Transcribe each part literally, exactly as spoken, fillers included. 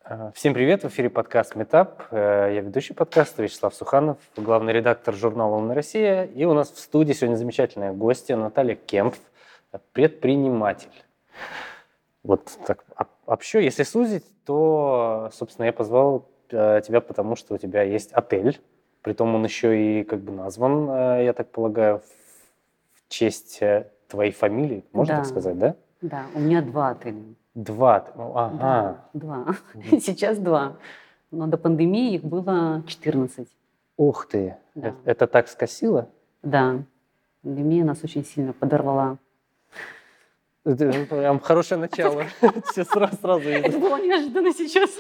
А, Всем привет, в эфире подкаст «Метап». Э, Я ведущий подкаста Вячеслав Суханов, главный редактор журнала «Умная Россия». И у нас в студии сегодня замечательная гостья Наталья Кемпф, предприниматель. Вот так об- общо, если сузить, то, собственно, я позвал э, тебя, потому что у тебя есть отель. Притом он еще и как бы назван, э, я так полагаю, в в честь э, твоей фамилии, можно так Да, сказать, да? да, у меня два отеля. Два. Ну, Да, ага. два. Мгм. Сейчас два. Но до пандемии их было четырнадцать. Ух ты, Да, э- это так скосило? да. Пандемия нас очень сильно подорвала. Это прям хорошее начало. Все сразу, сразу Это из- было неожиданно сейчас.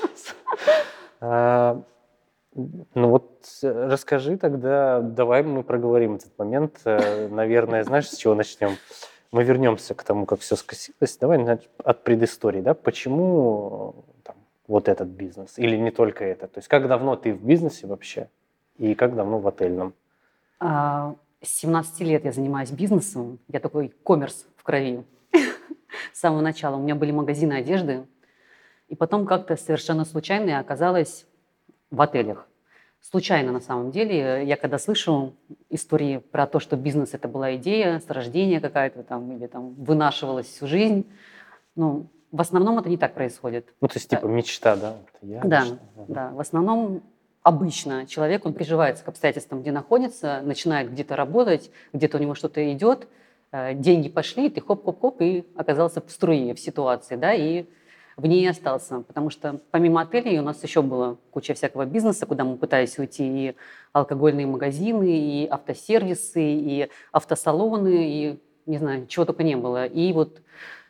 А, Ну вот э, расскажи тогда, давай мы проговорим этот момент. Э, Наверное, знаешь, с чего начнем? Мы вернемся к тому, как все скосилось. Давай значит, от предыстории, да? Почему э, там, вот этот бизнес? Или не только это? То есть как давно ты в бизнесе вообще? И как давно в отельном? А, С семнадцати лет я занимаюсь бизнесом. Я такой коммерс в крови. С самого начала. У меня были магазины одежды. И потом как-то совершенно случайно я оказалась в отелях. Случайно на самом деле. Я когда слышу истории про то, что бизнес это была идея с рождения какая-то там, или там вынашивалась всю жизнь, ну, в основном это не так происходит. Ну, то есть Э, типа мечта, да? Вот я Да, мечта. Ага. да. В основном обычно человек, он приживается к обстоятельствам, где находится, начинает где-то работать, где-то у него что-то идет, э, деньги пошли, ты хоп-хоп-хоп и оказался в струе, в ситуации, да, и в ней остался. Потому что помимо отелей у нас еще было куча всякого бизнеса, куда мы пытались уйти, и алкогольные магазины, и автосервисы, и автосалоны, и не знаю, чего только не было. И вот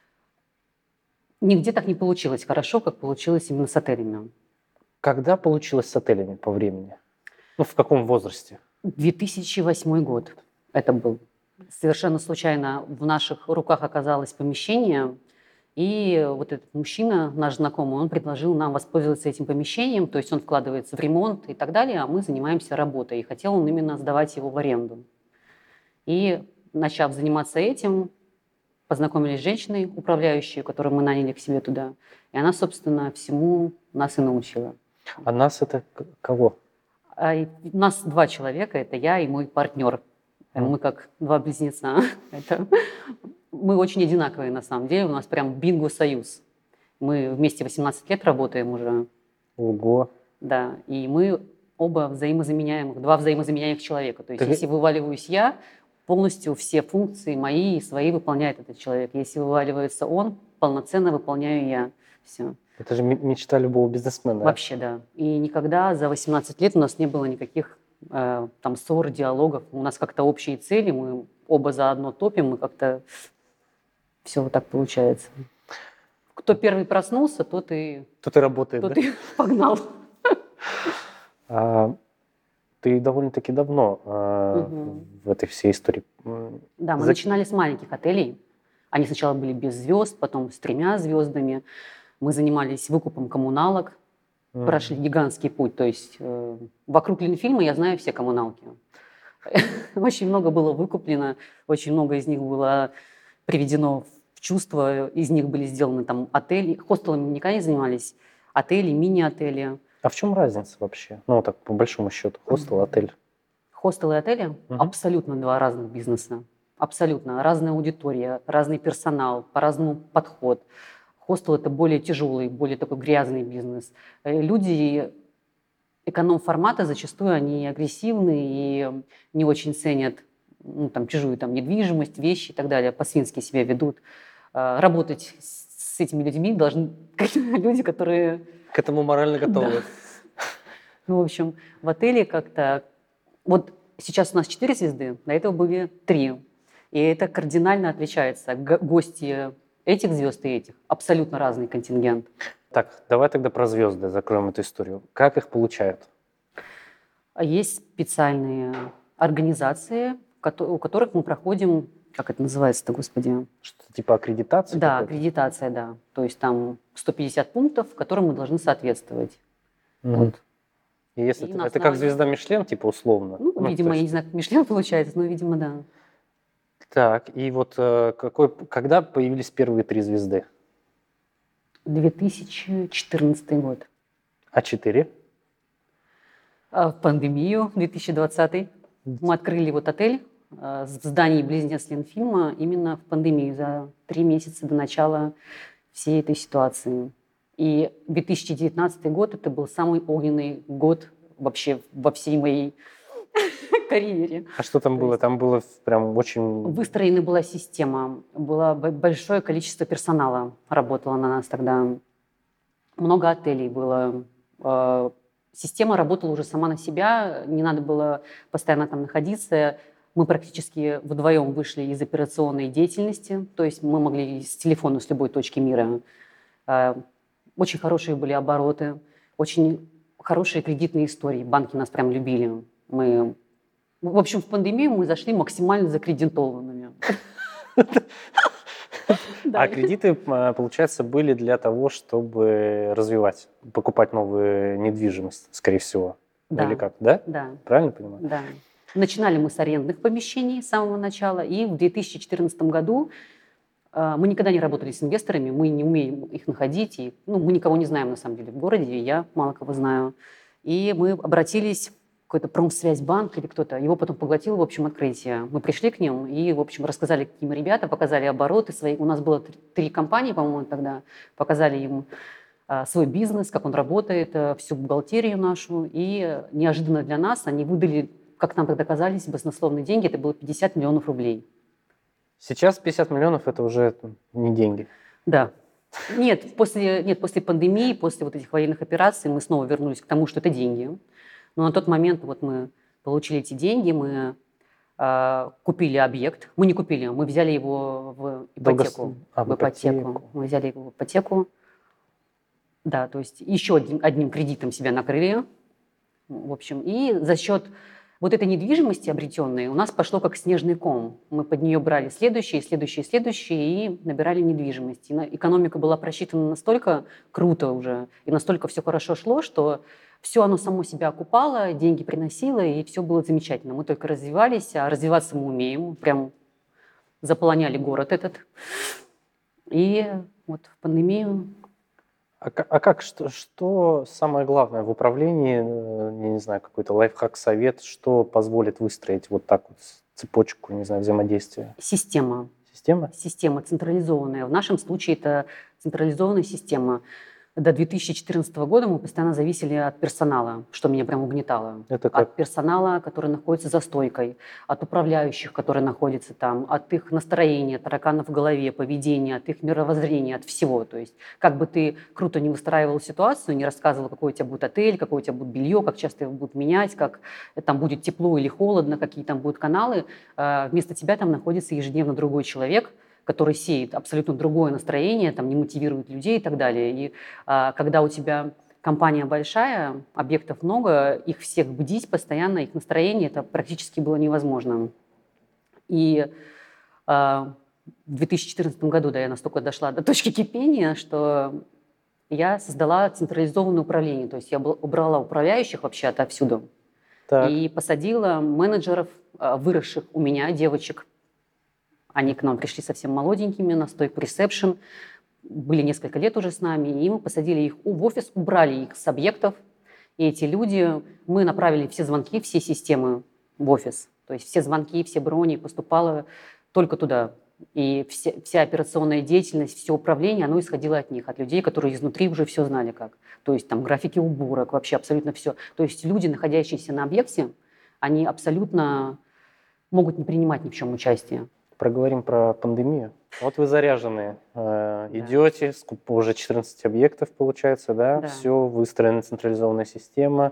нигде так не получилось хорошо, как получилось именно с отелями. Когда получилось с отелями по времени? Ну, в каком возрасте? две тысячи восьмой год это был. Совершенно случайно в наших руках оказалось помещение, и вот этот мужчина, наш знакомый, он предложил нам воспользоваться этим помещением, то есть он вкладывается в ремонт и так далее, а мы занимаемся работой. И хотел он именно сдавать его в аренду. И начав заниматься этим, познакомились с женщиной, управляющей, которую мы наняли к себе туда. И она, собственно, всему нас и научила. А нас это к- кого? А и у нас два человека, это я и мой партнер. Э, М. Мы как два близнеца. Это... Мы очень одинаковые на самом деле, у нас прям бинго-союз. Мы вместе восемнадцать лет работаем уже, Ого. да, и мы оба взаимозаменяемых, два взаимозаменяемых человека. То есть Так, если вываливаюсь я, полностью все функции мои и свои выполняет этот человек. Если вываливается он, полноценно выполняю я. Все. это же ме- мечта любого бизнесмена. Вообще, да. И никогда за восемнадцать лет у нас не было никаких э, там ссор, диалогов. У нас как-то общие цели, мы оба заодно топим, мы как-то все вот так получается. Кто первый проснулся, тот и, Тут и работает, тот да? и погнал. А, ты довольно-таки давно а, Мгм. в этой всей истории. М, Да, мы за- начинали с маленьких отелей. Они сначала были без звезд, потом с тремя звездами. Мы занимались выкупом коммуналок, М. прошли гигантский путь. То есть э, вокруг Ленфильма я знаю все коммуналки. Очень много было выкуплено, очень много из них было приведено в чувство, из них были сделаны там отели. Хостелами мы никогда не занимались. Отели, мини-отели. А в чем разница вообще? Ну, вот так по большому счету, хостел, отель. Хостелы и отели Мгм. абсолютно два разных бизнеса. Абсолютно. Разная аудитория, разный персонал, по-разному подход. Хостел – это более тяжелый, более такой грязный бизнес. Э, Люди эконом-формата зачастую они агрессивны и не очень ценят ну, там, чужую там, недвижимость, вещи и так далее, по-свински себя ведут. А, Работать с с этими людьми должны люди, которые... К этому морально готовы. Ну, в общем, в отеле как-то... Вот сейчас у нас четыре звезды, до этого были три. И это кардинально отличается. Г- Гости этих звезд и этих абсолютно разный контингент. Так, давай тогда про звезды закроем эту историю. Как их получают? А есть специальные организации, кото- у которых мы проходим, как это называется-то, господи? Что-то типа аккредитации Да, какой-то? аккредитация, да. То есть там сто пятьдесят пунктов, которым мы должны соответствовать. Мгм. Вот. И если И ты- на это как основании- звезда Мишлен, типа условно? Ну, Ну, видимо, то я не есть- знаю, как Мишлен получается, но, видимо, да. Так, и вот э, какой, когда появились первые три звезды? две тысячи четырнадцатый год. А четыре? А в пандемию две тысячи двадцатый мы открыли вот отель э, в здании близнец Ленфильма именно в пандемию за три месяца до начала всей этой ситуации. И две тысячи девятнадцатый год это был самый огненный год вообще во всей моей карьере. А что там То было? есть Там было прям очень... Выстроена была система, было б- большое количество персонала работало на нас тогда, много отелей было. э, Система работала уже сама на себя, не надо было постоянно там находиться. Мы практически вдвоем вышли из операционной деятельности, то есть мы могли с телефона с любой точки мира. Э, Очень хорошие были обороты, очень хорошие кредитные истории. Банки нас прям любили. Мы, в общем, в пандемию мы зашли максимально закредитованными. А кредиты, а, получается, были для того, чтобы развивать, покупать новую недвижимость, скорее всего. Да. Или как, да? Да, Правильно понимаю? да. Начинали мы с арендных помещений с самого начала, и в две тысячи четырнадцатом году э, мы никогда не работали с инвесторами, мы не умеем их находить, и, ну, мы никого не знаем на самом деле в городе, я мало кого знаю. И мы обратились в какой-то Промсвязьбанк или кто-то, его потом поглотил, в общем, открытие. Мы пришли к ним и, в общем, рассказали, какие мы ребята, показали обороты свои. У нас было три, три компании, по-моему, тогда. Показали им а, свой бизнес, как он работает, а, всю бухгалтерию нашу. И неожиданно для нас они выдали, как нам тогда казались, баснословные деньги. Это было пятьдесят миллионов рублей. Сейчас пятьдесят миллионов – это уже не деньги. Да. Нет, после, нет, после пандемии, после вот этих военных операций мы снова вернулись к тому, что это деньги. Но на тот момент вот мы получили эти деньги, мы э, купили объект. Мы не купили, мы взяли его в ипотеку. А, в ипотеку. Мы взяли его в ипотеку. Да, то есть еще одним, одним кредитом себя накрыли. В общем, и за счет вот этой недвижимости обретенной у нас пошло как снежный ком. Мы под нее брали следующие, следующие, следующие и набирали недвижимость. И экономика была просчитана настолько круто уже, и настолько все хорошо шло, что все оно само себя окупало, деньги приносило, и все было замечательно. Мы только развивались, а развиваться мы умеем. Прям заполоняли город этот. И вот в пандемию... А, а как, что, что самое главное в управлении, я не знаю, какой-то лайфхак, совет, что позволит выстроить вот так вот цепочку, не знаю, взаимодействия? Система. Система? Система централизованная. В нашем случае это централизованная система. До две тысячи четырнадцатого года мы постоянно зависели от персонала, что меня прям угнетало. Это как? От персонала, который находится за стойкой, от управляющих, которые находятся там, от их настроения, тараканов в голове, поведения, от их мировоззрения, от всего. То есть как бы ты круто не выстраивал ситуацию, не рассказывал, какой у тебя будет отель, какое у тебя будет белье, как часто его будут менять, как там будет тепло или холодно, какие там будут каналы, вместо тебя там находится ежедневно другой человек, который сеет абсолютно другое настроение, там, не мотивирует людей и так далее. И а, когда у тебя компания большая, объектов много, их всех бдить постоянно, их настроение, это практически было невозможно. И а, в две тысячи четырнадцатом году, да, я настолько дошла до точки кипения, что я создала централизованное управление. То есть я убрала управляющих вообще отовсюду. Так. И посадила менеджеров, выросших у меня, девочек. Они к нам пришли совсем молоденькими на стойку ресепшн, были несколько лет уже с нами, и мы посадили их в офис, убрали их с объектов. И эти люди, мы направили все звонки, все системы в офис. То есть все звонки, все брони поступало только туда. И все, вся операционная деятельность, все управление, оно исходило от них, от людей, которые изнутри уже все знали как. То есть там графики уборок, вообще абсолютно все. То есть люди, находящиеся на объекте, они абсолютно могут не принимать ни в чем участие. Проговорим про пандемию. Вот вы заряженные, э, идете, да. Уже четырнадцать объектов получается, да? Да. Все, выстроена централизованная система,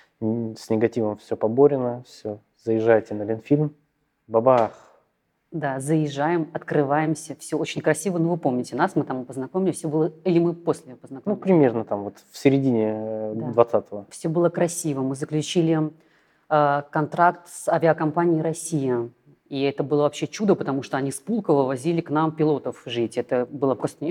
с негативом все поборено, все, заезжаете на Ленфильм, бабах. Да, заезжаем, открываемся, все очень красиво, ну вы помните нас, мы там познакомились, все было, или мы после познакомились? Ну, примерно там вот в середине двадцатого. Да. Все было красиво, мы заключили э, контракт с авиакомпанией «Россия». И это было вообще чудо, потому что они с Пулково возили к нам пилотов жить. Это было просто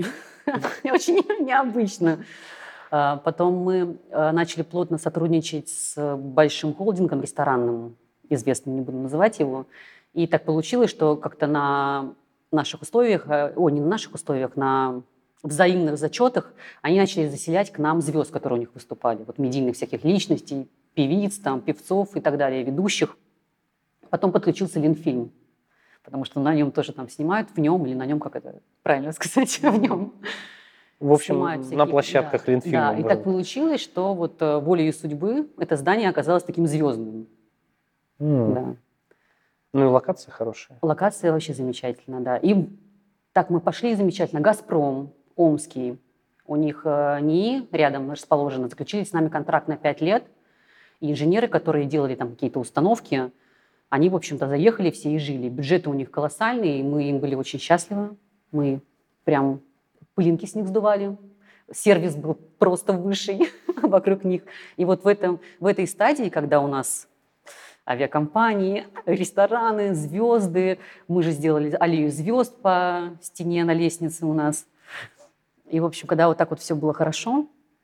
очень необычно. Потом мы начали плотно сотрудничать с большим холдингом ресторанным, известным, не буду называть его. И так получилось, что как-то на наших условиях, о, не на наших условиях, на взаимных зачетах они начали заселять к нам звезд, которые у них выступали. Вот медийных всяких личностей, певиц, там, певцов и так далее, ведущих. Потом подключился Ленфильм, потому что на нем тоже там снимают, в нем или на нем, как это правильно сказать, в нем. В общем, на всякие, площадках да, Ленфильма. Да, и так получилось, что вот волею судьбы это здание оказалось таким звездным. Mm. Да. Ну и локация хорошая. Локация вообще замечательная, да. И так мы пошли замечательно. «Газпром», Омский, у них НИИ рядом расположено, заключили с нами контракт на пять лет. И инженеры, которые делали там какие-то установки, они, в общем-то, заехали все и жили. Бюджеты у них колоссальные, и мы им были очень счастливы. Мы прям пылинки с них сдували. Сервис был просто высший вокруг них. И вот в, этом, в этой стадии, когда у нас авиакомпании, рестораны, звезды, мы же сделали аллею звезд по стене на лестнице у нас. И, в общем, когда вот так вот все было хорошо...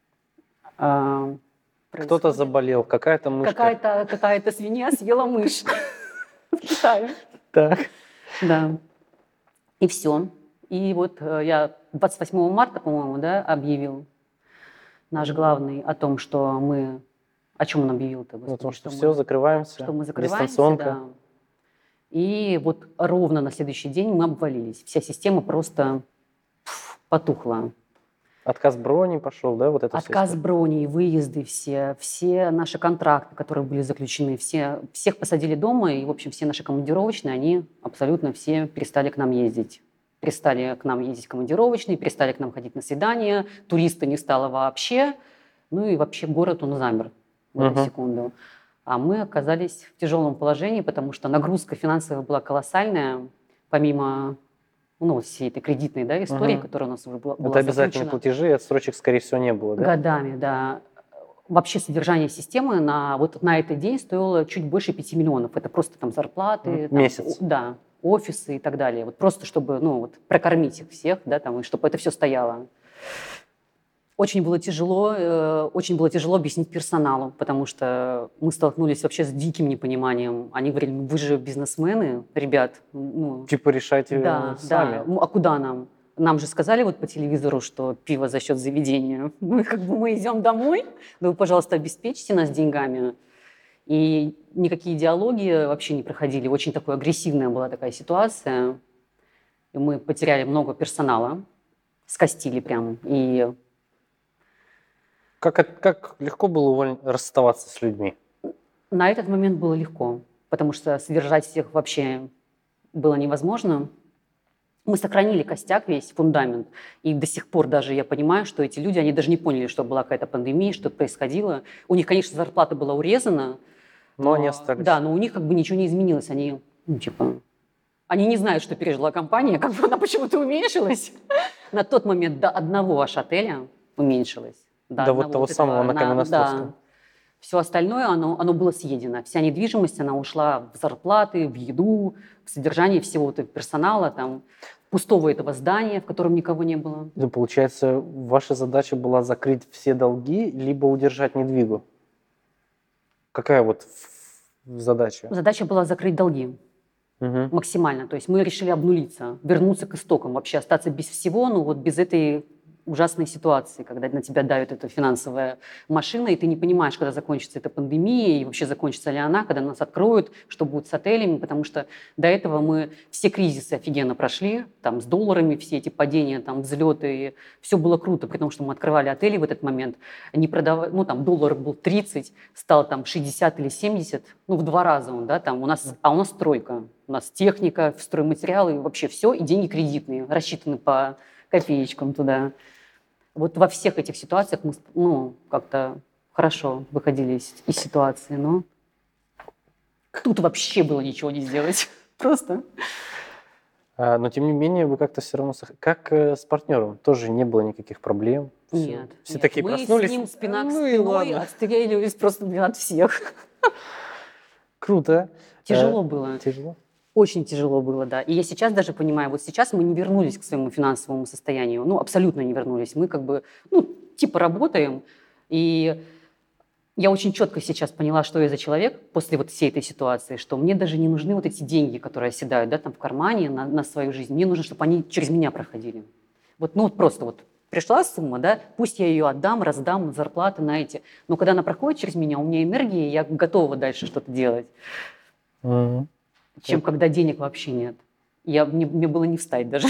Кто-то заболел, какая-то мышка. Какая-то, какая-то свинья съела мышь в Китае. Так. Да. И все. И вот я двадцать восьмого марта, по-моему, да, объявил наш главный о том, что мы... О чем он объявил-то? О том, что, что все, мы, закрываемся, что мы закрываемся, дистанционка. Да. И вот ровно на следующий день мы обвалились. Вся система просто пф, потухла. Отказ брони пошел, да? Вот это Отказ все брони, выезды все, все наши контракты, которые были заключены, все, всех посадили дома, и, в общем, все наши командировочные, они абсолютно все перестали к нам ездить. Перестали к нам ездить командировочные, перестали к нам ходить на свидания, туриста не стало вообще, ну и вообще город, он замер в эту uh-huh. секунду. А мы оказались в тяжелом положении, потому что нагрузка финансовая была колоссальная, помимо... ну, всей этой кредитной, да, истории, uh-huh. которая у нас уже была, была Это обязательные платежи, отсрочек, скорее всего, не было, да? Годами, да. Вообще содержание системы на, вот на этот день стоило чуть больше пяти миллионов. Это просто там зарплаты. Uh-huh. Там, месяц. Да, офисы и так далее. Вот просто чтобы, ну, вот, прокормить их всех, да, там, и чтобы это все стояло. Очень было тяжело, э, очень было тяжело объяснить персоналу, потому что мы столкнулись вообще с диким непониманием. Они говорили: вы же бизнесмены, ребят. Ну, типа решайте да, сами. Да. Ну, а куда нам? Нам же сказали вот по телевизору, что пиво за счет заведения. Мы как бы мы идем домой, да вы, пожалуйста, обеспечьте нас деньгами. И никакие диалоги вообще не проходили. Очень такая агрессивная была такая ситуация. И мы потеряли много персонала, скостили прям. И Как, как легко было уволь... расставаться с людьми? На этот момент было легко, потому что содержать всех вообще было невозможно. Мы сохранили костяк, весь фундамент, и до сих пор даже я понимаю, что эти люди, они даже не поняли, что была какая-то пандемия, что-то происходило. У них, конечно, зарплата была урезана, но, но они остались. Да, но у них как бы ничего не изменилось. Они, ну, типа, они не знают, что пережила компания, как бы она почему-то уменьшилась. На тот момент до одного аж отеля уменьшилась. До, до вот того вот самого на Каменноостровском. Да. Все остальное, оно, оно было съедено. Вся недвижимость, она ушла в зарплаты, в еду, в содержание всего этого персонала, там, пустого этого здания, в котором никого не было. Да, получается, ваша задача была закрыть все долги, либо удержать недвигу? Какая вот задача? Задача была закрыть долги. Угу. Максимально. То есть мы решили обнулиться, вернуться к истокам, вообще остаться без всего, ну вот без этой ужасной ситуации, когда на тебя давит эта финансовая машина, и ты не понимаешь, когда закончится эта пандемия, и вообще закончится ли она, когда нас откроют, что будет с отелями, потому что до этого мы все кризисы офигенно прошли, там с долларами все эти падения, там взлеты, все было круто, при том, что мы открывали отели в этот момент, не продавали, ну там доллар был тридцать, стал там шестьдесят или семьдесят, ну в два раза он, да, там у нас, а у нас стройка, у нас техника, стройматериалы, вообще все, и деньги кредитные, рассчитаны по копеечкам туда. Вот во всех этих ситуациях мы, ну, как-то хорошо выходили из, из ситуации, но тут вообще было ничего не сделать. Просто. А, но, тем не менее, вы как-то все равно... Как э, с партнером? Тоже не было никаких проблем? Нет. Все, все нет. такие мы проснулись? Мы с ним спина к ну спиной отстреливались просто, блин, от всех. Круто. Тяжело а, было. Тяжело? Очень тяжело было, да. И я сейчас даже понимаю, вот сейчас мы не вернулись к своему финансовому состоянию, ну, абсолютно не вернулись. Мы как бы, ну, типа работаем, и я очень четко сейчас поняла, что я за человек после вот всей этой ситуации, что мне даже не нужны вот эти деньги, которые оседают, да, там в кармане на, на свою жизнь. Мне нужно, чтобы они через меня проходили. Вот, ну вот просто вот пришла сумма, да, пусть я ее отдам, раздам, зарплаты на эти. Но когда она проходит через меня, у меня энергия, я готова дальше что-то делать, Мгм. чем Так. когда денег вообще нет. Я, мне, мне было не встать даже.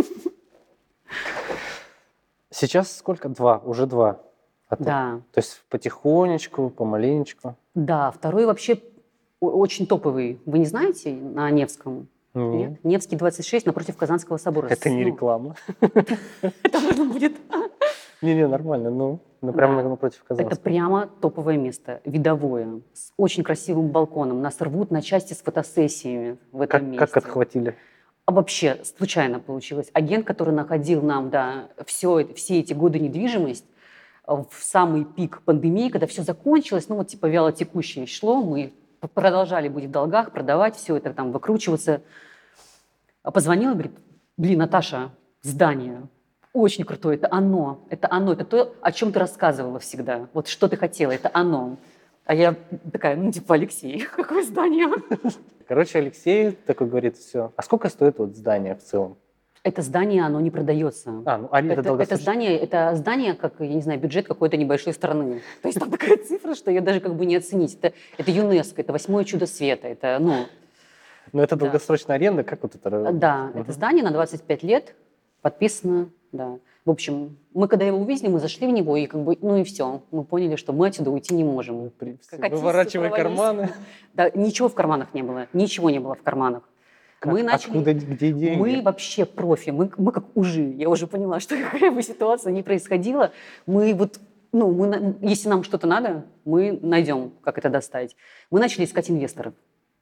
Сейчас сколько? Два, уже два отеля. Да, То есть потихонечку, помаленечку. да, второй вообще о- очень топовый. Вы не знаете на Невском? Нет? М, Невский двадцать шесть напротив Казанского собора. Это не Ну, реклама. это можно будет. Не-не, нормально, ну, ну прямо Да. напротив Это Казанского. прямо топовое место, видовое, с очень красивым балконом. Нас рвут на части с фотосессиями в этом Как, месте. как отхватили? А вообще случайно получилось. Агент, который находил нам, да, все, все эти годы недвижимость, э, в самый пик пандемии, когда все закончилось, ну вот типа вяло текущее шло, мы п- продолжали быть в долгах, продавать все это, там, выкручиваться. А позвонила, говорит, блин, Наташа, здание очень крутое, это оно, это оно, это то, о чем ты рассказывала всегда. Вот что ты хотела, это оно. А я такая, ну типа, Алексей, какое здание? Короче, Алексей такой говорит, все. А сколько стоит вот здание в целом? Это здание, оно не продается. А, ну, а это Это, это, долгосрочно. здание, это здание, как, я не знаю, бюджет какой-то небольшой страны. То есть там такая цифра, что ее даже как бы не оценить. Это, это ЮНЕСКО, это восьмое чудо света. Это, ну, Но это да. долгосрочная аренда, как вот это? Да, Мгм. это здание на двадцать пять лет, подписано, да. В общем, мы когда его увидели, мы зашли в него, и как бы, ну и все. Мы поняли, что мы отсюда уйти не можем. При- Как отец Выворачивай провались. карманы. Да, ничего в карманах не было, ничего не было в карманах. Как? Мы начали... Откуда, где деньги? Мы вообще профи, мы, мы как ужи. Я уже поняла, что какая бы ситуация ни происходила, мы вот, ну, мы, на- если нам что-то надо, мы найдем, как это достать. Мы начали искать инвесторов.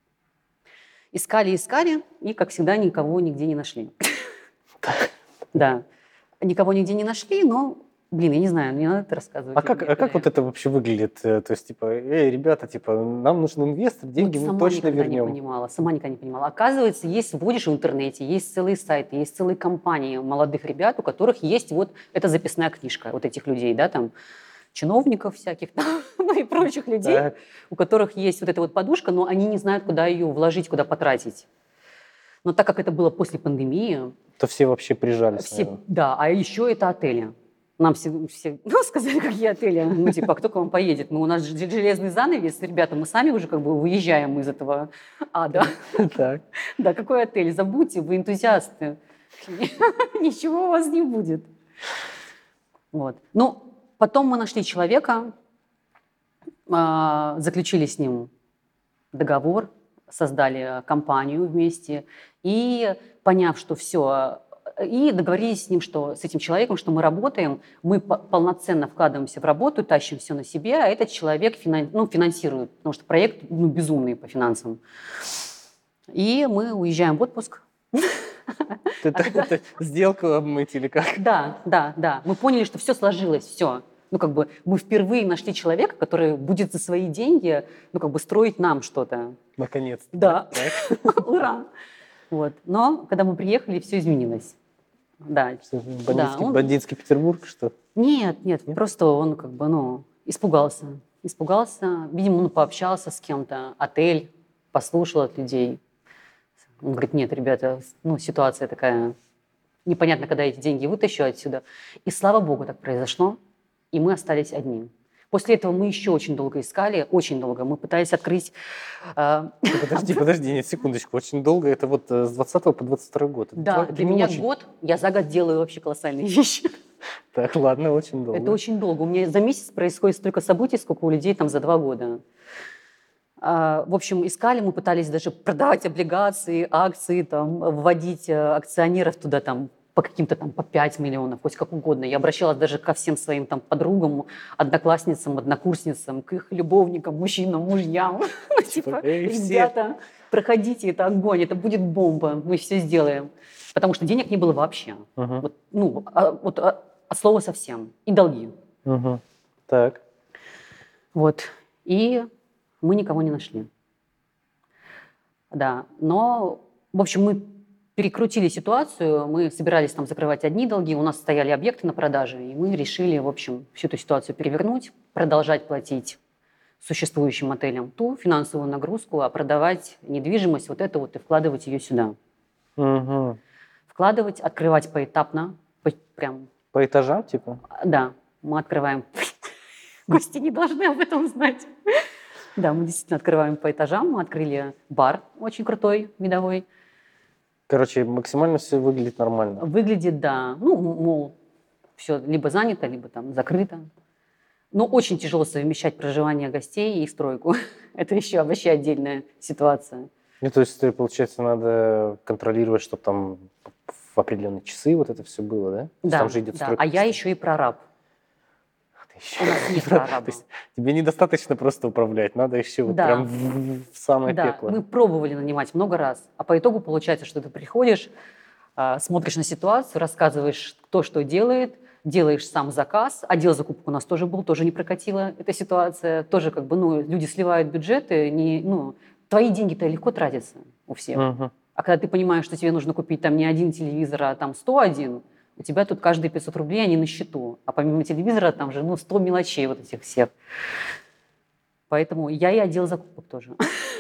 Искали, искали, и, как всегда, никого нигде не нашли. Да, никого нигде не нашли, но, блин, я не знаю, мне надо это рассказывать. А или как, нет, а как или- вот это вообще выглядит? Э, То есть, типа, эй, ребята, типа, нам нужен инвестор, деньги Вот мы сама точно никогда вернем. не понимала, сама никогда не понимала. Оказывается, есть, вводишь в интернете, есть целые сайты, есть целые компании молодых ребят, у которых есть вот эта записная книжка вот этих людей, да, там, чиновников всяких, там, ну и прочих людей, Так. у которых есть вот эта вот подушка, но они не знают, куда ее вложить, куда потратить. Но так как это было после пандемии, То все вообще прижались, все, наверное. да, а еще это отели. Нам все, все ну, сказали, какие отели. Ну, типа, а кто к вам поедет? Мы, у нас же железный занавес, ребята, мы сами уже как бы выезжаем из этого ада. Так. Да, какой отель? Забудьте, вы энтузиасты. Ничего у вас не будет. Вот. Ну, потом мы нашли человека, а, заключили с ним договор, создали компанию вместе и, поняв, что все, и договорились с ним, что с этим человеком, что мы работаем, мы по- полноценно вкладываемся в работу, тащим все на себе, а этот человек финан- ну, финансирует, потому что проект ну, безумный по финансам. И мы уезжаем в отпуск. Это, это сделку обмыть или как? Да, да, да. Мы поняли, что все сложилось, все. Ну, как бы мы впервые нашли человека, который будет за свои деньги, ну, как бы строить нам что-то. Наконец-то. Да. Так. Ура! Вот. Но когда мы приехали, все изменилось. Да. Что, Бандитский, Да, он- бандитский Петербург, что? Нет, нет, Нет? просто он как бы, ну, испугался. Испугался. Видимо, он пообщался с кем-то, отель, послушал от людей. Он говорит, нет, ребята, ну, ситуация такая, непонятно, когда эти деньги вытащу отсюда. И слава богу, так произошло, и мы остались одни. После этого мы еще очень долго искали, очень долго. Мы пытались открыть... э, Ты Подожди, подожди, нет, секундочку. Очень долго. Это вот э, с двадцатого по двадцать второй год. Это Да, два- для не меня очень. год, я за год делаю вообще колоссальные вещи. Так, ладно, очень долго. Это очень долго. У меня за месяц происходит столько событий, сколько у людей там за два года. А, В общем, искали, мы пытались даже продавать облигации, акции, там, вводить э, акционеров туда там по каким-то там по пять миллионов, хоть как угодно. Я обращалась даже ко всем своим там подругам, одноклассницам, однокурсницам, к их любовникам, мужчинам, мужьям. Ну, Типа, «Эй, все». ребята, проходите, это огонь, это будет бомба, мы все сделаем. Потому что денег не было вообще. Мгм. Вот, ну, а- вот а- от слова совсем. И долги. Мгм. Так. Вот. И мы никого не нашли. Да. Но, в общем, мы перекрутили ситуацию. Мы собирались там закрывать одни долги. У нас стояли объекты на продаже. И мы решили, в общем, всю эту ситуацию перевернуть, продолжать платить существующим отелям ту финансовую нагрузку, а продавать недвижимость вот эту вот и вкладывать ее сюда. Мгм. Вкладывать, открывать поэтапно. По- Прям, По этажам, типа? да, мы открываем. Гости не должны об этом знать. Да, мы действительно открываем по этажам. Мы открыли бар очень крутой, видовой. Короче, максимально все выглядит нормально. Выглядит, да, ну, мол, все либо занято, либо там закрыто. Но очень тяжело совмещать проживание гостей и стройку. Это еще вообще отдельная ситуация. Ну, то есть, э, получается, надо контролировать, чтобы там в определенные часы вот это все было, да? То есть Да, там же идет да. стройка. А я еще и прораб. Ты еще- У нас нет То прораба. есть тебе недостаточно просто управлять, надо еще вот Да. прям в в самое Да, пекло. мы пробовали нанимать много раз, а по итогу получается, что ты приходишь, а, смотришь на ситуацию, рассказываешь, кто что делает, делаешь сам заказ. Отдел закупок у нас тоже был, тоже не прокатила эта ситуация. Тоже как бы, ну, люди сливают бюджеты, не, ну, твои деньги-то легко тратятся у всех. Мгм. А когда ты понимаешь, что тебе нужно купить там не один телевизор, а там сто один, у тебя тут каждые пятьсот рублей, они на счету. А помимо телевизора там же, ну, сто мелочей вот этих всех. Поэтому я и отдел закупок тоже.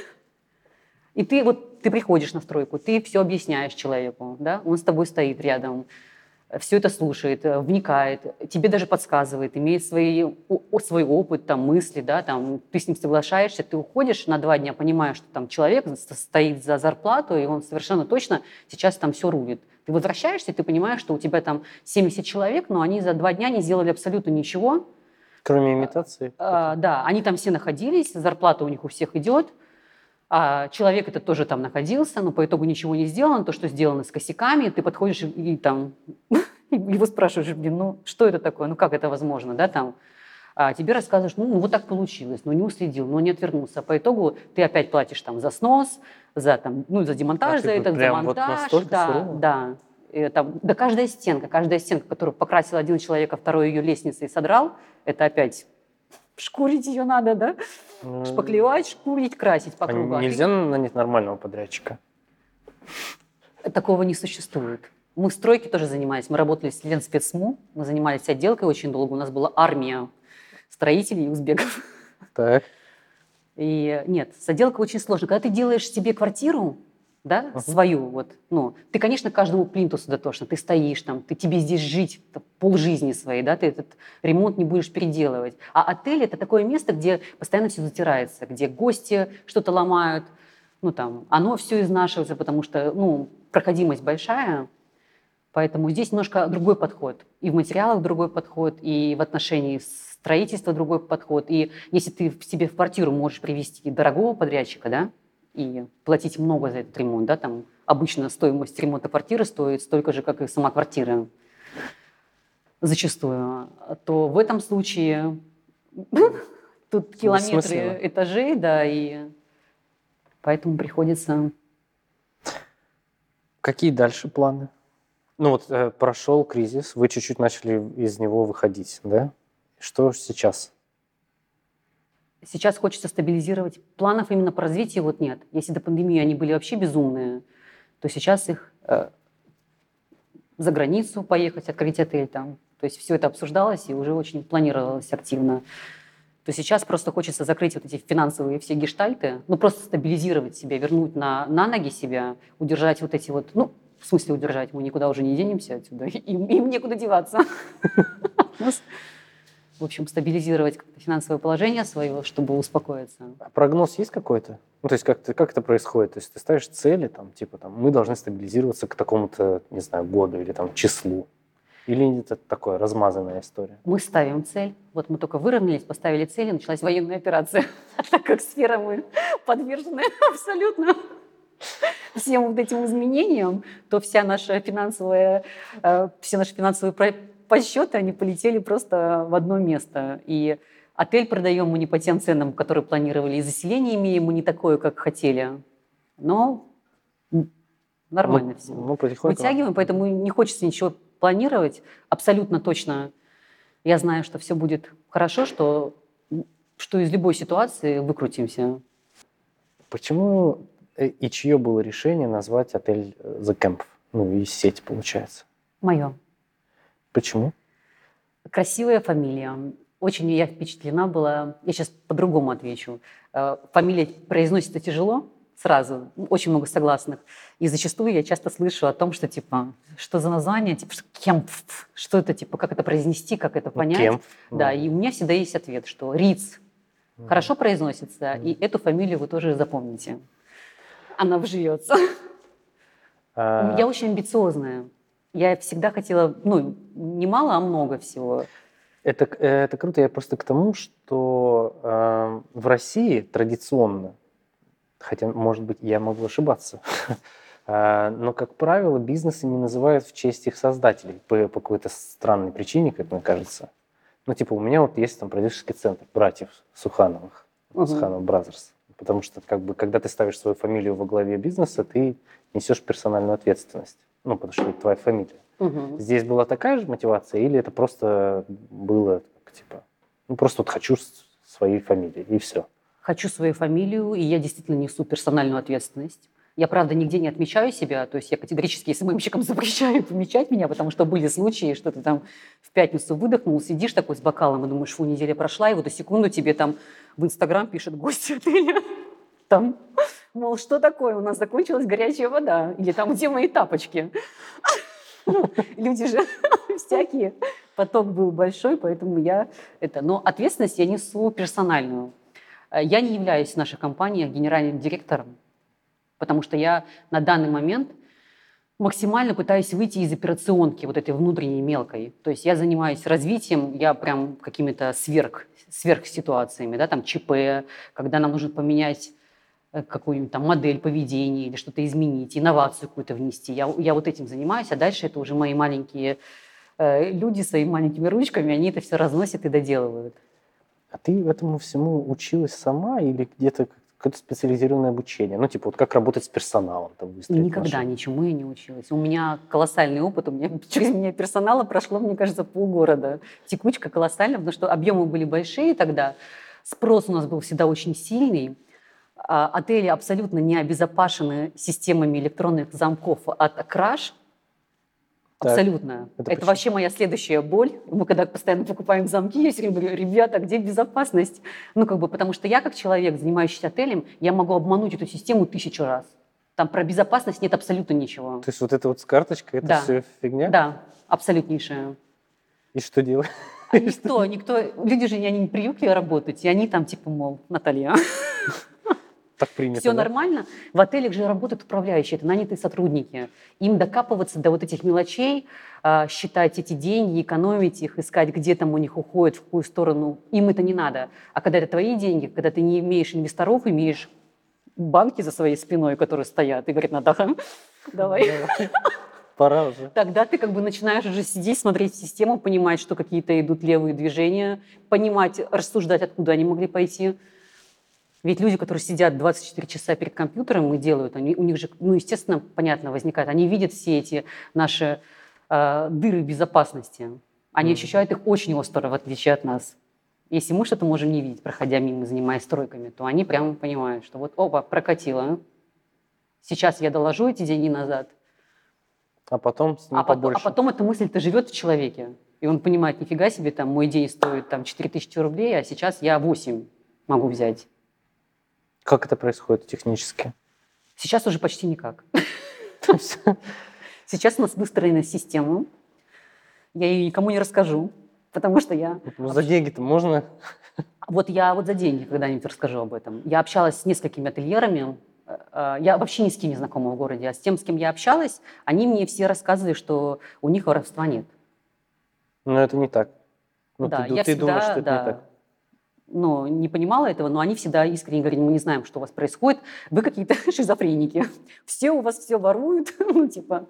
И ты вот, ты приходишь на стройку, ты все объясняешь человеку, да, он с тобой стоит рядом, все это слушает, э, вникает, тебе даже подсказывает, имеет свои, о- свой опыт, там, мысли, да, там, ты с ним соглашаешься, ты уходишь на два дня, понимая, что там человек с- стоит за зарплату, и он совершенно точно сейчас там все рулит. Ты возвращаешься, ты понимаешь, что у тебя там семьдесят человек, но они за два дня не сделали абсолютно ничего. Кроме имитации. А, да, они там все находились, зарплата у них у всех идет, а человек этот тоже там находился, но по итогу ничего не сделано, то, что сделано с косяками, ты подходишь и, и там его спрашиваешь, блин, ну что это такое, ну как это возможно, да, там. А тебе рассказываешь, ну, ну вот так получилось, но не уследил, но не отвернулся. По итогу ты опять платишь там за снос, за, там, ну, за демонтаж, А, за ты этот, за прям вот монтаж. настолько Да, сурово? да. И там, да каждая стенка, каждая стенка, которую покрасил один человек, а второй ее лестницей содрал, это опять шкурить ее надо, да? Ну, Шпаклевать, шкурить, красить по а кругу. А ты- нельзя нанять нормального подрядчика? Такого не существует. Мы в стройке тоже занимались. Мы работали с Ленспецму, мы занимались отделкой очень долго. У нас была армия строителей и узбеков. Так. И нет, с отделкой очень сложно. Когда ты делаешь себе квартиру, да, Мгм. свою, вот, ну, ты, конечно, каждому плинтусу дотошно, ты стоишь там, ты, тебе здесь жить полжизни своей, да, ты этот ремонт не будешь переделывать. А отель – это такое место, где постоянно все затирается, где гости что-то ломают, ну, там, оно все изнашивается, потому что, ну, проходимость большая, поэтому здесь немножко другой подход. И в материалах другой подход, и в отношении строительства другой подход. И если ты в себе в квартиру можешь привести дорогого подрядчика, да, и платить много за этот ремонт, да, там обычно стоимость ремонта квартиры стоит столько же, как и сама квартира зачастую, то в этом случае тут километры Бессмысленно. этажей, да, и поэтому приходится... Какие дальше планы? Ну вот э, прошел кризис, вы чуть-чуть начали из него выходить, да? Что сейчас? Сейчас хочется стабилизировать. Планов именно по развитию вот нет. Если до пандемии они были вообще безумные, то сейчас их э, за границу поехать, открыть отель там. То есть все это обсуждалось и уже очень планировалось активно. То сейчас просто хочется закрыть вот эти финансовые все гештальты, ну просто стабилизировать себя, вернуть на, на ноги себя, удержать вот эти вот, ну, в смысле удержать, мы никуда уже не денемся отсюда, им, им некуда деваться. В общем, стабилизировать как-то финансовое положение свое, чтобы успокоиться. А прогноз есть какой-то? Ну, то есть как, ты, как это происходит? То есть ты ставишь цели, там, типа, там, мы должны стабилизироваться к такому-то, не знаю, году или там числу? Или это такое размазанная история? Мы ставим цель. Вот мы только выровнялись, поставили цель, и началась военная операция. А так как сфера мы подвержены абсолютно всем вот этим изменениям, то вся наша финансовая, э, все наши финансовые про- подсчеты, они полетели просто в одно место. И отель продаем мы не по тем ценам, которые планировали, и заселение имеем мы не такое, как хотели. Но нормально ну, все. Ну, потихоньку. Вытягиваем, поэтому не хочется ничего планировать. Абсолютно точно я знаю, что все будет хорошо, что, что из любой ситуации выкрутимся. Почему э, и чье было решение назвать отель э, The Camp? Ну, и сеть, получается. Мое. Почему? Красивая фамилия. Очень я впечатлена была. Я сейчас по-другому отвечу. Э, Фамилия произносится тяжело, сразу, очень много согласных. И зачастую я часто слышу о том, что типа, что за название, типа, что кемпф, что это, типа, как это произнести, как это понять. Кемпф. Да, Ну. и у меня всегда есть ответ, что Риц Мгм. хорошо произносится, Мгм. и эту фамилию вы тоже запомните. Она вживется. А, Я очень амбициозная. Я всегда хотела, ну, не мало, а много всего. Это, к- э, это круто. Я просто к тому, что э, в России традиционно, хотя, может быть, я могу ошибаться, а, но, как правило, бизнесы не называют в честь их создателей по, по какой-то странной причине, как мне кажется. Ну, типа, у меня вот есть там продюсерский центр братьев Сухановых, Мгм. Суханов Бразерс. Потому что, как бы, когда ты ставишь свою фамилию во главе бизнеса, ты несешь персональную ответственность. Ну, потому что это твоя фамилия. Мгм. Здесь была такая же мотивация, или это просто было, как, типа, ну, просто вот хочу с- своей фамилии, и все. Хочу свою фамилию, и я действительно несу персональную ответственность. Я, правда, нигде не отмечаю себя, то есть я категорически СММщикам запрещаю помечать меня, потому что были случаи, что ты там в пятницу выдохнул, сидишь такой с бокалом и думаешь, фу, неделя прошла, и вот за секунду тебе там в Инстаграм пишет гость отеля. Там, мол, что такое, у нас закончилась горячая вода. Или там, где мои тапочки? Ну, люди же всякие. Поток был большой, поэтому я это... Но ответственность я несу персональную. Э, Я не являюсь в нашей компании генеральным директором, потому что я на данный момент максимально пытаюсь выйти из операционки вот этой внутренней мелкой. То есть я занимаюсь развитием, я прям какими-то сверх, сверхситуациями, да, там ЧП, когда нам нужно поменять э, какую-нибудь там модель поведения или что-то изменить, инновацию какую-то внести. Я, я вот этим занимаюсь, а дальше это уже мои маленькие э, люди своими маленькими ручками, они это все разносят и доделывают. А ты этому всему училась сама или где-то как- какое-то специализированное обучение? Ну, типа, вот как работать с персоналом, там, выстроить Никогда отношения? ничему я не училась. У меня колоссальный опыт, у меня через меня персонала прошло, мне кажется, полгорода. Текучка колоссальная, потому что объемы были большие тогда, спрос у нас был всегда очень сильный. А, Отели абсолютно не обезопасены системами электронных замков от краж. Так, Абсолютно. это Это почему? вообще моя следующая боль. Мы когда постоянно покупаем замки, я все время говорю, ребята, где безопасность? Ну, как бы, потому что я, как человек, занимающийся отелем, я могу обмануть эту систему тысячу раз. Там про безопасность нет абсолютно ничего. То есть вот это вот с карточкой, это Да. все фигня? Да, абсолютнейшая. И что делать? А никто, никто, люди же они не привыкли работать, и они там типа, мол, Наталья, Так принято, все да? нормально. В отелях же работают управляющие, это нанятые сотрудники. Им докапываться до вот этих мелочей, а, считать эти деньги, экономить их, искать, где там у них уходит, в какую сторону, им это не надо. А когда это твои деньги, когда ты не имеешь инвесторов, имеешь банки за своей спиной, которые стоят, и говорят, Натаха, давай. Давай. Пора уже. Тогда ты как бы начинаешь уже сидеть, смотреть в систему, понимать, что какие-то идут левые движения, понимать, рассуждать, откуда они могли пойти. Ведь люди, которые сидят двадцать четыре часа перед компьютером и делают, они, у них же, ну, естественно, понятно, возникает, они видят все эти наши э, дыры безопасности. Они Мгм. ощущают их очень остро, в отличие от нас. Если мы что-то можем не видеть, проходя мимо, занимаясь стройками, то они прямо понимают, что вот, опа, прокатило. Сейчас я доложу эти деньги назад. А потом с ним А, пот- а побольше. потом эта мысль-то живет в человеке. И он понимает, нифига себе, там мой день стоит там, четыре тысячи рублей, а сейчас я восемь могу взять. Как это происходит технически? Сейчас уже почти никак. Сейчас у нас выстроена система. Я ее никому не расскажу, потому что я... Ну, за деньги-то можно? Вот я вот за деньги когда-нибудь расскажу об этом. Я общалась с несколькими ательерами. Э, э, Я вообще ни с кем не знакома в городе. А с тем, с кем я общалась, они мне все рассказывали, что у них воровства нет. Но это не так. Ну, Да, ты, я ты всегда, думаешь, что это да, не так? но не понимала этого, но они всегда искренне говорили, мы не знаем, что у вас происходит, вы какие-то шизофреники, все у вас все воруют, ну типа.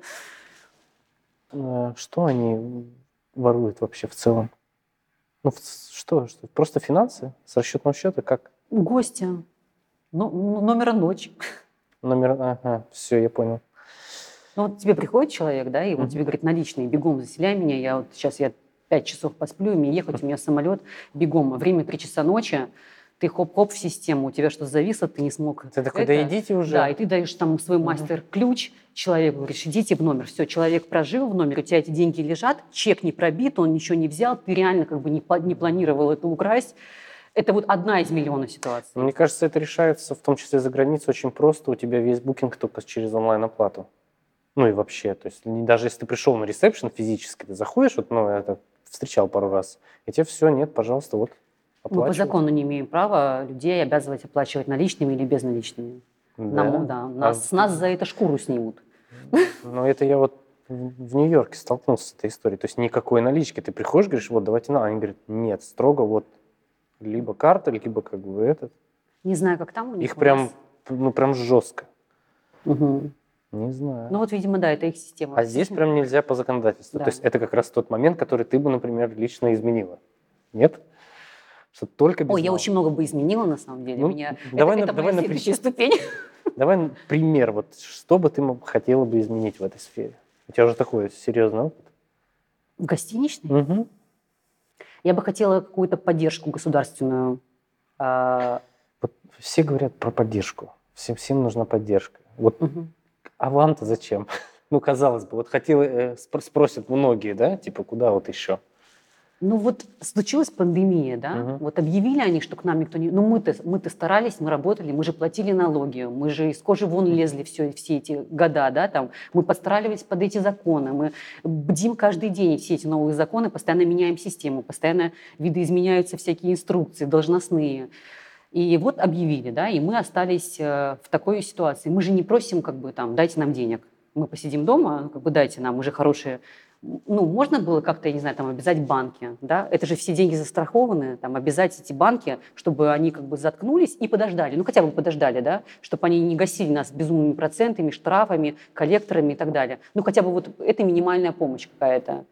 Э, Что они воруют вообще в целом? Ну, в- что, что? Просто финансы с расчетного счета? Как? Гости, ну, ну, номера ночь. Номер... Ага, все, я понял. Ну вот тебе приходит человек, да, и он Мгм. тебе говорит, наличные, бегом заселяй меня, я вот сейчас я пять часов посплю, и мне ехать, у меня самолет, бегом, время три часа ночи, ты хоп-хоп в систему, у тебя что зависло, ты не смог. Ты такой, да это. идите уже. Да, и ты даешь там свой Мгм. мастер-ключ человеку, говоришь, идите в номер. Все, человек прожил в номере, у тебя эти деньги лежат, чек не пробит, он ничего не взял, ты реально как бы не, пла- не планировал это украсть. Это вот одна из миллиона ситуаций. Мне кажется, это решается, в том числе за границей, очень просто. У тебя весь букинг только через онлайн-оплату. Ну и вообще, то есть не, даже если ты пришел на ресепшн физически, ты заходишь, вот, ну, я это встречал пару раз, и тебе все, нет, пожалуйста, вот, оплачивай. Мы по закону не имеем права людей обязывать оплачивать наличными или безналичными. Да? Нам, да, нас, А, с нас за это шкуру снимут. ну, это я вот в Нью-Йорке столкнулся с этой историей. То есть никакой налички. Ты приходишь, говоришь, вот, давайте на. Они говорят, нет, строго вот либо карта, либо как бы этот. Не знаю, как там у них. Их у прям, нас. ну, прям жестко. Угу. Не знаю. Ну вот, видимо, да, это их система. А здесь прям нельзя по законодательству. Да. То есть это как раз тот момент, который ты бы, например, лично изменила. Нет? Что только без Ой, я мала. очень много бы изменила, на самом деле. Ну, Меня... давай это на- это давай моя на следующая ступень. Давай пример. Вот что бы ты м- хотела бы изменить в этой сфере? У тебя уже такой серьезный опыт. В гостиничной? Угу. Я бы хотела какую-то поддержку государственную. а, Вот все говорят про поддержку. Всем, всем нужна поддержка. Вот, мгм. а вам-то зачем? Ну, казалось бы, вот хотела, э, спро- спросят многие, да, типа, куда вот еще? Ну вот случилась пандемия, да, Мгм. вот объявили они, что к нам никто не... Ну мы-то, мы-то старались, мы работали, мы же платили налоги, мы же из кожи вон лезли все, все эти года, да, там, мы подстраивались под эти законы, мы бдим каждый день все эти новые законы, постоянно меняем систему, постоянно видоизменяются всякие инструкции должностные. И вот объявили, да, и мы остались э, в такой ситуации. Мы же не просим, как бы, там, дайте нам денег. Мы посидим дома, как бы, дайте нам, мы же хорошие. Ну, можно было как-то, я не знаю, там, обязать банки, да? Это же все деньги застрахованы, там, обязать эти банки, чтобы они, как бы, заткнулись и подождали. Ну, хотя бы подождали, да? Чтобы они не гасили нас безумными процентами, штрафами, коллекторами и так далее. Ну, хотя бы вот это минимальная помощь какая-то.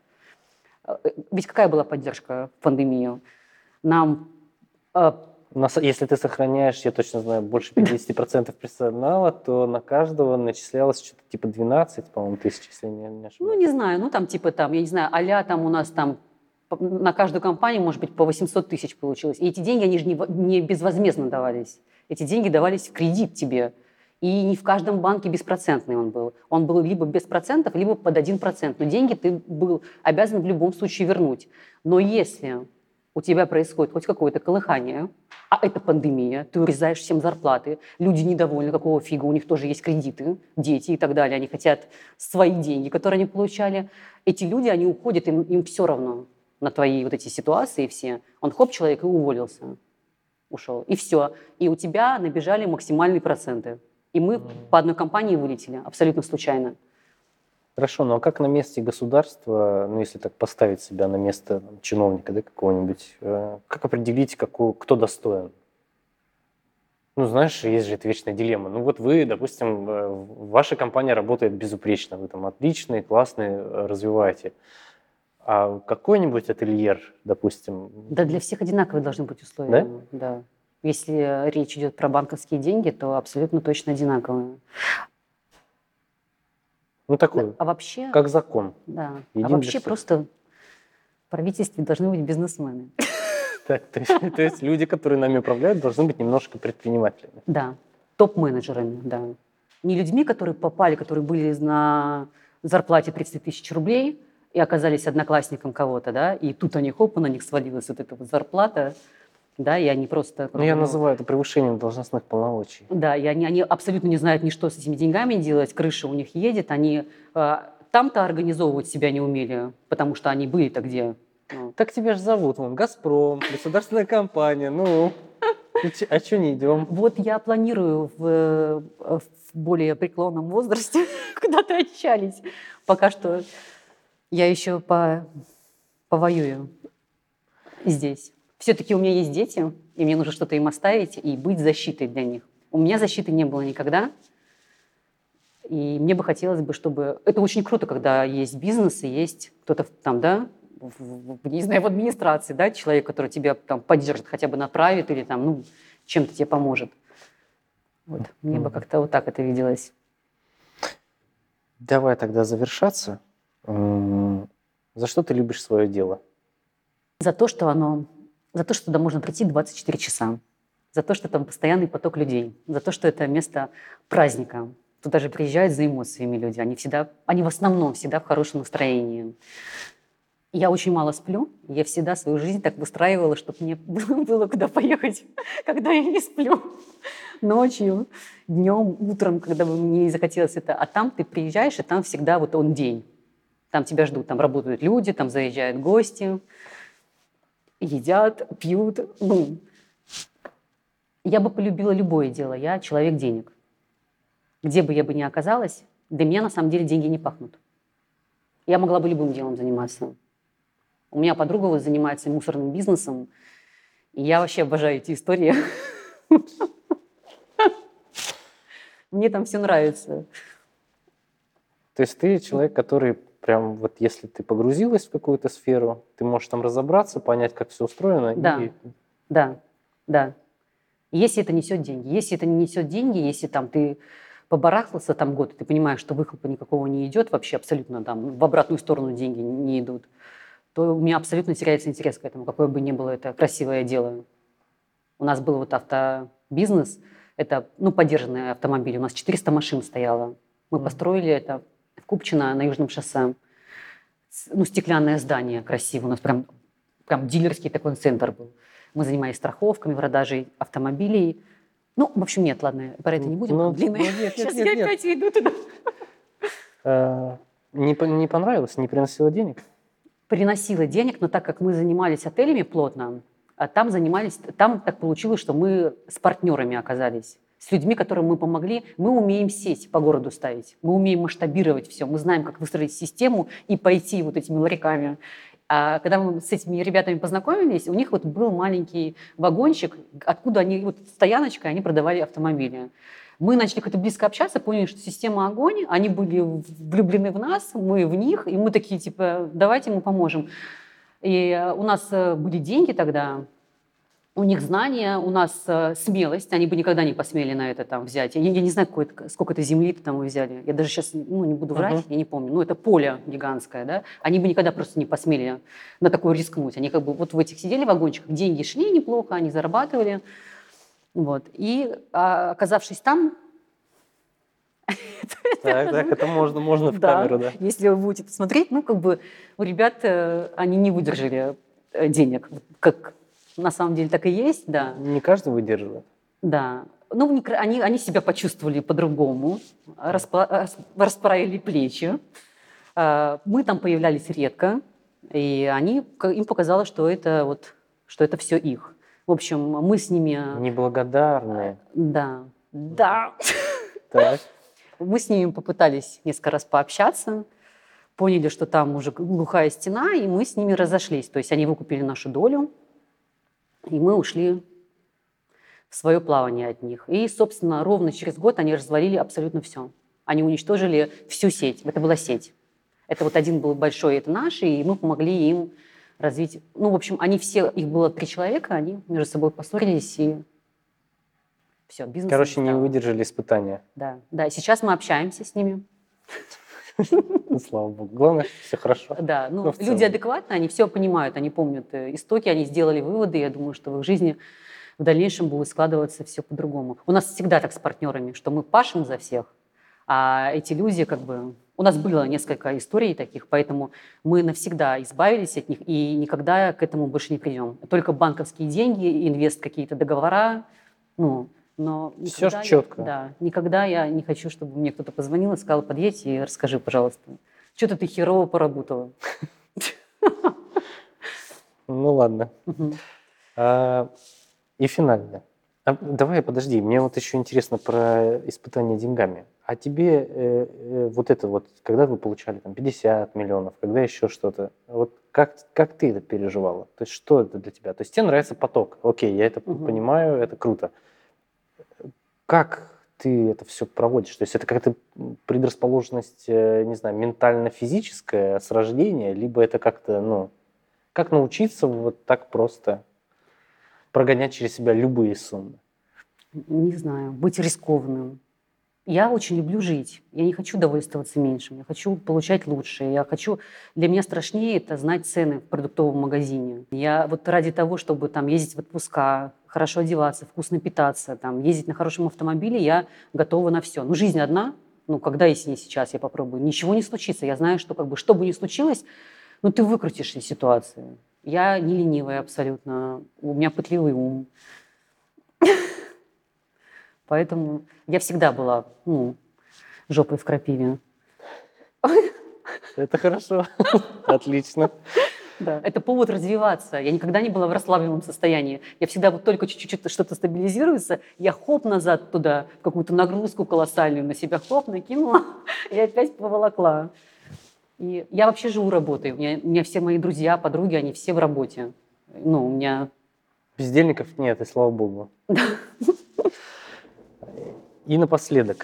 Э, Ведь какая была поддержка в пандемию? Нам э, У нас, если ты сохраняешь, я точно знаю, больше пятьдесят процентов персонала, то на каждого начислялось что-то типа двенадцать, по-моему, тысяч, если я не, не Ну, ошибаюсь. не знаю, ну там типа там, я не знаю, а-ля там у нас там по- на каждую компанию, может быть, по восемьсот тысяч получилось. И эти деньги, они же не, в- не безвозмездно давались. Эти деньги давались в кредит тебе. И не в каждом банке беспроцентный он был. Он был либо без процентов, либо под один процент. Но деньги ты был обязан в любом случае вернуть. Но если у тебя происходит хоть какое-то колыхание, а это пандемия, ты урезаешь всем зарплаты, люди недовольны, какого фига, у них тоже есть кредиты, дети и так далее, они хотят свои деньги, которые они получали. Эти люди, они уходят, им, им все равно на твои вот эти ситуации все. Он хоп, человек и уволился, ушел, и все. И у тебя набежали максимальные проценты. И мы Мгм. по одной компании вылетели, абсолютно случайно. Хорошо, ну а как на месте государства, ну если так поставить себя на место там, чиновника, да, какого-нибудь, э, как определить, какую, кто достоин? Ну, знаешь, есть же эта вечная дилемма. Ну вот вы, допустим, э, ваша компания работает безупречно, вы там отличный, классный, э, развиваете. А какой-нибудь ательер, допустим, Да, для всех одинаковые должны быть условия. Да? Если речь идет про банковские деньги, то абсолютно точно одинаковые. ну такой, А вообще, как закон. да. един А для вообще всех. просто в правительстве должны быть бизнесмены. Так, то есть, то есть люди, которые нами управляют, должны быть немножко предпринимателями. Да, топ-менеджерами, да. Не людьми, которые попали, которые были на зарплате тридцать тысяч рублей и оказались одноклассником кого-то, да, и тут они, хоп, на них свалилась вот эта вот зарплата, да, и они просто... как Ну, я бы, ну, называю это превышением должностных полномочий. Да, и они, они абсолютно не знают ни что с этими деньгами делать, крыша у них едет, они э, там-то организовывать себя не умели, потому что они были-то где? Ну, Так тебя же зовут, вон, «Газпром», государственная компания, ну, ну че- а что не идем? Вот я планирую в, э, в более преклонном возрасте куда-то отчалить. Пока что я еще по, повоюю здесь. Все-таки у меня есть дети, и мне нужно что-то им оставить и быть защитой для них. У меня защиты не было никогда. И мне бы хотелось бы, чтобы... Это очень круто, когда есть бизнес и есть кто-то там, да, в, в- не знаю, в администрации, да, человек, который тебя там поддержит, хотя бы направит или там, ну, чем-то тебе поможет. Вот. Мне бы Мгм. как-то вот так это виделось. Давай тогда завершаться. М, За что ты любишь свое дело? За то, что оно... За то, что туда можно прийти двадцать четыре часа. За то, что там постоянный поток людей. За то, что это место праздника. Туда же приезжают за эмоциями люди. Они всегда... Они в основном всегда в хорошем настроении. Я очень мало сплю. Я всегда свою жизнь так выстраивала, чтобы мне было, было куда поехать, когда я не сплю. Ночью, днем, утром, когда бы мне не захотелось это. А там ты приезжаешь, и там всегда вот он день. Там тебя ждут, там работают люди, там заезжают гости, едят, пьют. Ну, я бы полюбила любое дело. Я человек денег. Где бы я бы ни оказалась, для меня на самом деле деньги не пахнут. Я могла бы любым делом заниматься. У меня подруга вот занимается мусорным бизнесом, и я вообще обожаю эти истории. Мне там все нравится. То есть ты человек, который прям вот если ты погрузилась в какую-то сферу, ты можешь там разобраться, понять, как все устроено. Да, и... да, да. Если это несет деньги, если это не несет деньги, если там ты побарахтался там год, и ты понимаешь, что выхлопа никакого не идет, вообще абсолютно там в обратную сторону деньги не идут, то у меня абсолютно теряется интерес к этому, какое бы ни было это красивое дело. У нас был вот автобизнес, это, ну, подержанные автомобили, у нас четыреста машин стояло. Мы mm-hmm. построили это в Купчино на Южном шоссе. Ну, стеклянное здание красивое, у нас прям, прям дилерский такой центр был. Мы занимались страховками, продажей автомобилей. Ну, в общем, нет, ладно, про это не будем, ну, длинное. Ну, нет, нет, Сейчас нет, я нет. опять иду туда. А, не, не понравилось, не приносило денег? Приносило денег, но так как мы занимались отелями плотно, а там занимались, там так получилось, что мы с партнерами оказались, с людьми, которым мы помогли. Мы умеем сеть по городу ставить, мы умеем масштабировать все, мы знаем, как выстроить систему и пойти вот этими ларьками. А когда мы с этими ребятами познакомились, у них вот был маленький вагончик, откуда они, вот стояночкой, они продавали автомобили. Мы начали как-то близко общаться, поняли, что система огонь, они были влюблены в нас, мы в них, и мы такие, типа, давайте мы поможем. И у нас были деньги тогда, у них знания, у нас смелость, они бы никогда не посмели на это там взять. Я, я не знаю, сколько это земли-то там вы взяли. Я даже сейчас ну, не буду врать, uh-huh. я не помню. Ну, это поле гигантское, да. Они бы никогда просто не посмели на такое рискнуть. Они как бы вот в этих сидели вагончиках, деньги шли неплохо, они зарабатывали. Вот. И а, оказавшись там... Так, так, это можно, можно в камеру, да. Если вы будете посмотреть, ну, как бы у ребят, они не выдержали денег, как... На самом деле так и есть, да. Не каждый выдерживает. Да. Ну, они, они себя почувствовали по-другому, распра- расправили плечи. Мы там появлялись редко, и они, им показалось, что это, вот, что это все их. В общем, мы с ними... Неблагодарные. Да. Да. Так. Мы с ними попытались несколько раз пообщаться, поняли, что там уже глухая стена, и мы с ними разошлись. То есть они выкупили нашу долю, и мы ушли в свое плавание от них. И, собственно, ровно через год они развалили абсолютно все. Они уничтожили всю сеть. Это была сеть. Это вот один был большой, это наш, и мы помогли им развить. Ну, в общем, они все, их было три человека, они между собой поссорились, и все, бизнес. Короче, не выдержали испытания. Да, да. Сейчас мы общаемся с ними. Ну, слава богу. Главное, что все хорошо. Да, ну, люди адекватные, они все понимают, они помнят истоки, они сделали выводы. Я думаю, что в их жизни в дальнейшем будет складываться все по-другому. У нас всегда так с партнерами, что мы пашем за всех, а эти люди как бы... У нас было несколько историй таких, поэтому мы навсегда избавились от них и никогда к этому больше не придем. Только банковские деньги, инвест, какие-то договора, ну... Но все же четко. Я, да, никогда я не хочу, чтобы мне кто-то позвонил и сказал, подъедь и расскажи, пожалуйста, что-то ты херово поработала. Ну ладно. И финально. Давай, подожди, мне вот еще интересно про испытание деньгами. А тебе вот это вот, когда вы получали там пятьдесят миллионов, когда еще что-то, вот как, как ты это переживала? То есть что это для тебя? То есть тебе нравится поток. Окей, я это понимаю, это круто. Как ты это все проводишь? То есть это какая-то предрасположенность, не знаю, ментально-физическая с рождения, либо это как-то, ну, как научиться вот так просто прогонять через себя любые суммы? Не знаю, быть рискованным. Я очень люблю жить. Я не хочу довольствоваться меньшим. Я хочу получать лучше. Я хочу... Для меня страшнее это знать цены в продуктовом магазине. Я вот ради того, чтобы там ездить в отпуска, хорошо одеваться, вкусно питаться, там, ездить на хорошем автомобиле, я готова на все. Но жизнь одна. Ну, когда, если не сейчас, я попробую. Ничего не случится. Я знаю, что как бы, что бы ни случилось, ну, ты выкрутишься из ситуации. Я не ленивая абсолютно, у меня пытливый ум. Поэтому я всегда была, ну, жопой в крапиве. Это хорошо. Отлично. Да, это повод развиваться. Я никогда не была в расслабленном состоянии. Я всегда вот только чуть-чуть что-то стабилизируется, я хоп назад туда, какую-то нагрузку колоссальную на себя хоп накинула и опять поволокла. И я вообще живу работой. У меня, у меня все мои друзья, подруги, они все в работе. Ну, у меня... Бездельников нет, и слава богу. И напоследок.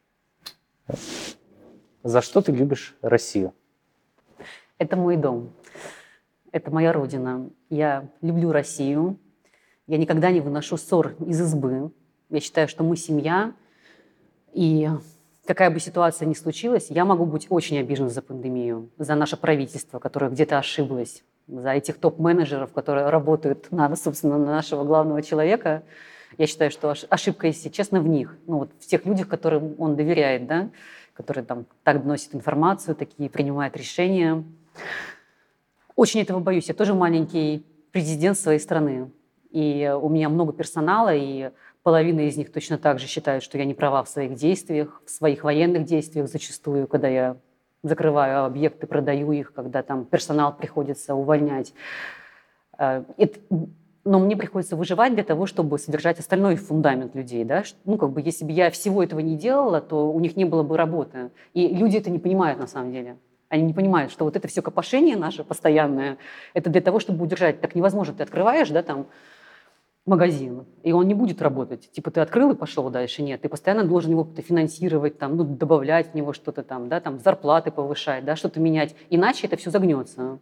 За что ты любишь Россию? Это мой дом. Это моя родина. Я люблю Россию. Я никогда не выношу ссор из избы. Я считаю, что мы семья. И какая бы ситуация ни случилась, я могу быть очень обижена за пандемию, за наше правительство, которое где-то ошиблось, за этих топ-менеджеров, которые работают на, собственно, на нашего главного человека. Я считаю, что ошибка, если честно, в них. Ну, вот в тех людях, которым он доверяет, да? Которые там так доносят информацию, такие принимают решения. Очень этого боюсь. Я тоже маленький президент своей страны. И у меня много персонала, и половина из них точно так же считают, что я не права в своих действиях, в своих военных действиях зачастую, когда я закрываю объекты, продаю их, когда там персонал приходится увольнять. Это, но мне приходится выживать для того, чтобы содержать остальной фундамент людей. Да? Ну, как бы, если бы я всего этого не делала, то у них не было бы работы. И люди это не понимают на самом деле. Они не понимают, что вот это все копошение наше постоянное, это для того, чтобы удержать. Так невозможно. Ты открываешь, да, там, магазин, и он не будет работать. Типа ты открыл и пошел дальше. Нет, ты постоянно должен его как-то финансировать, там, ну, добавлять в него что-то там, да, там, зарплаты повышать, да, что-то менять. Иначе это все загнется.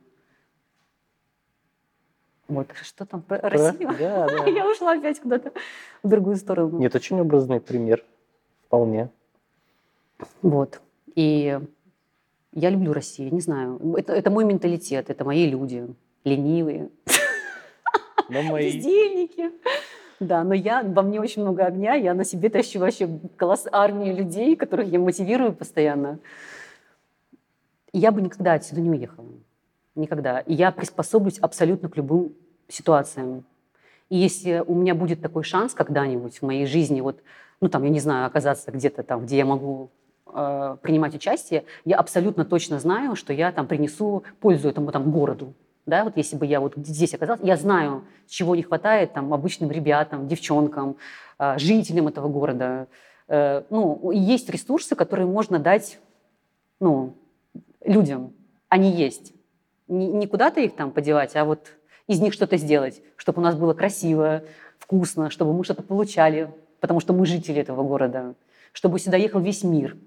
Вот, что там про Россию? Да, да. Я ушла опять куда-то в другую сторону. Нет, очень образный пример. Вполне. Вот. И я люблю Россию, не знаю. Это, это мой менталитет, это мои люди. Ленивые. Но мои... Бездельники. Да, но я, во мне очень много огня, я на себе тащу вообще класс армию людей, которых я мотивирую постоянно. И я бы никогда отсюда не уехала. Никогда. И я приспособлюсь абсолютно к любым ситуациям. И если у меня будет такой шанс когда-нибудь в моей жизни, вот, ну там, я не знаю, оказаться где-то там, где я могу э, принимать участие, я абсолютно точно знаю, что я там принесу пользу этому там городу. Да, вот если бы я вот здесь оказалась, я знаю, чего не хватает там обычным ребятам, девчонкам, э, жителям этого города. Э, ну, есть ресурсы, которые можно дать, ну, людям. Они есть. Не, не куда-то их там подевать, а вот из них что-то сделать, чтобы у нас было красиво, вкусно, чтобы мы что-то получали, потому что мы жители этого города, чтобы сюда ехал весь мир.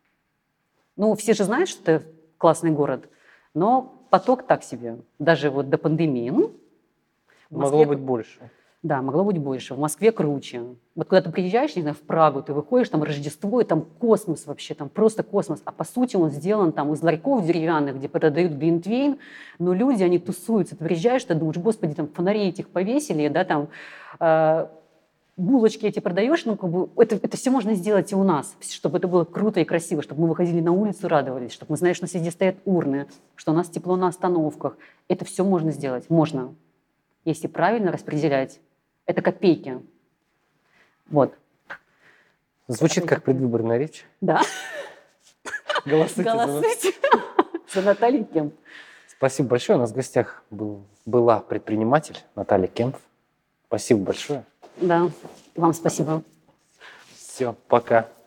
Ну, все же знают, что это классный город, но поток так себе, даже вот до пандемии. Ну, Могло быть больше. Да, могло быть больше. В Москве круче. Вот когда ты приезжаешь, не знаю, в Прагу, ты выходишь, там Рождество, и там космос вообще, там просто космос. А по сути он сделан там из ларьков деревянных, где продают глинтвейн, но люди, они тусуются. Ты приезжаешь, ты думаешь, господи, там фонари этих повесили, да, там э, булочки эти продаешь, ну, как бы это, это все можно сделать и у нас, чтобы это было круто и красиво, чтобы мы выходили на улицу, радовались, чтобы мы знали, что у нас везде стоят урны, что у нас тепло на остановках. Это все можно сделать, можно, если правильно распределять. Это копейки. Вот. Звучит как предвыборная речь. Да. Голосуйте. Голосуйте за Наталью Кемп. Спасибо большое. У нас в гостях был, была предприниматель Наталья Кемп. Спасибо большое. Да, вам спасибо. Все, пока.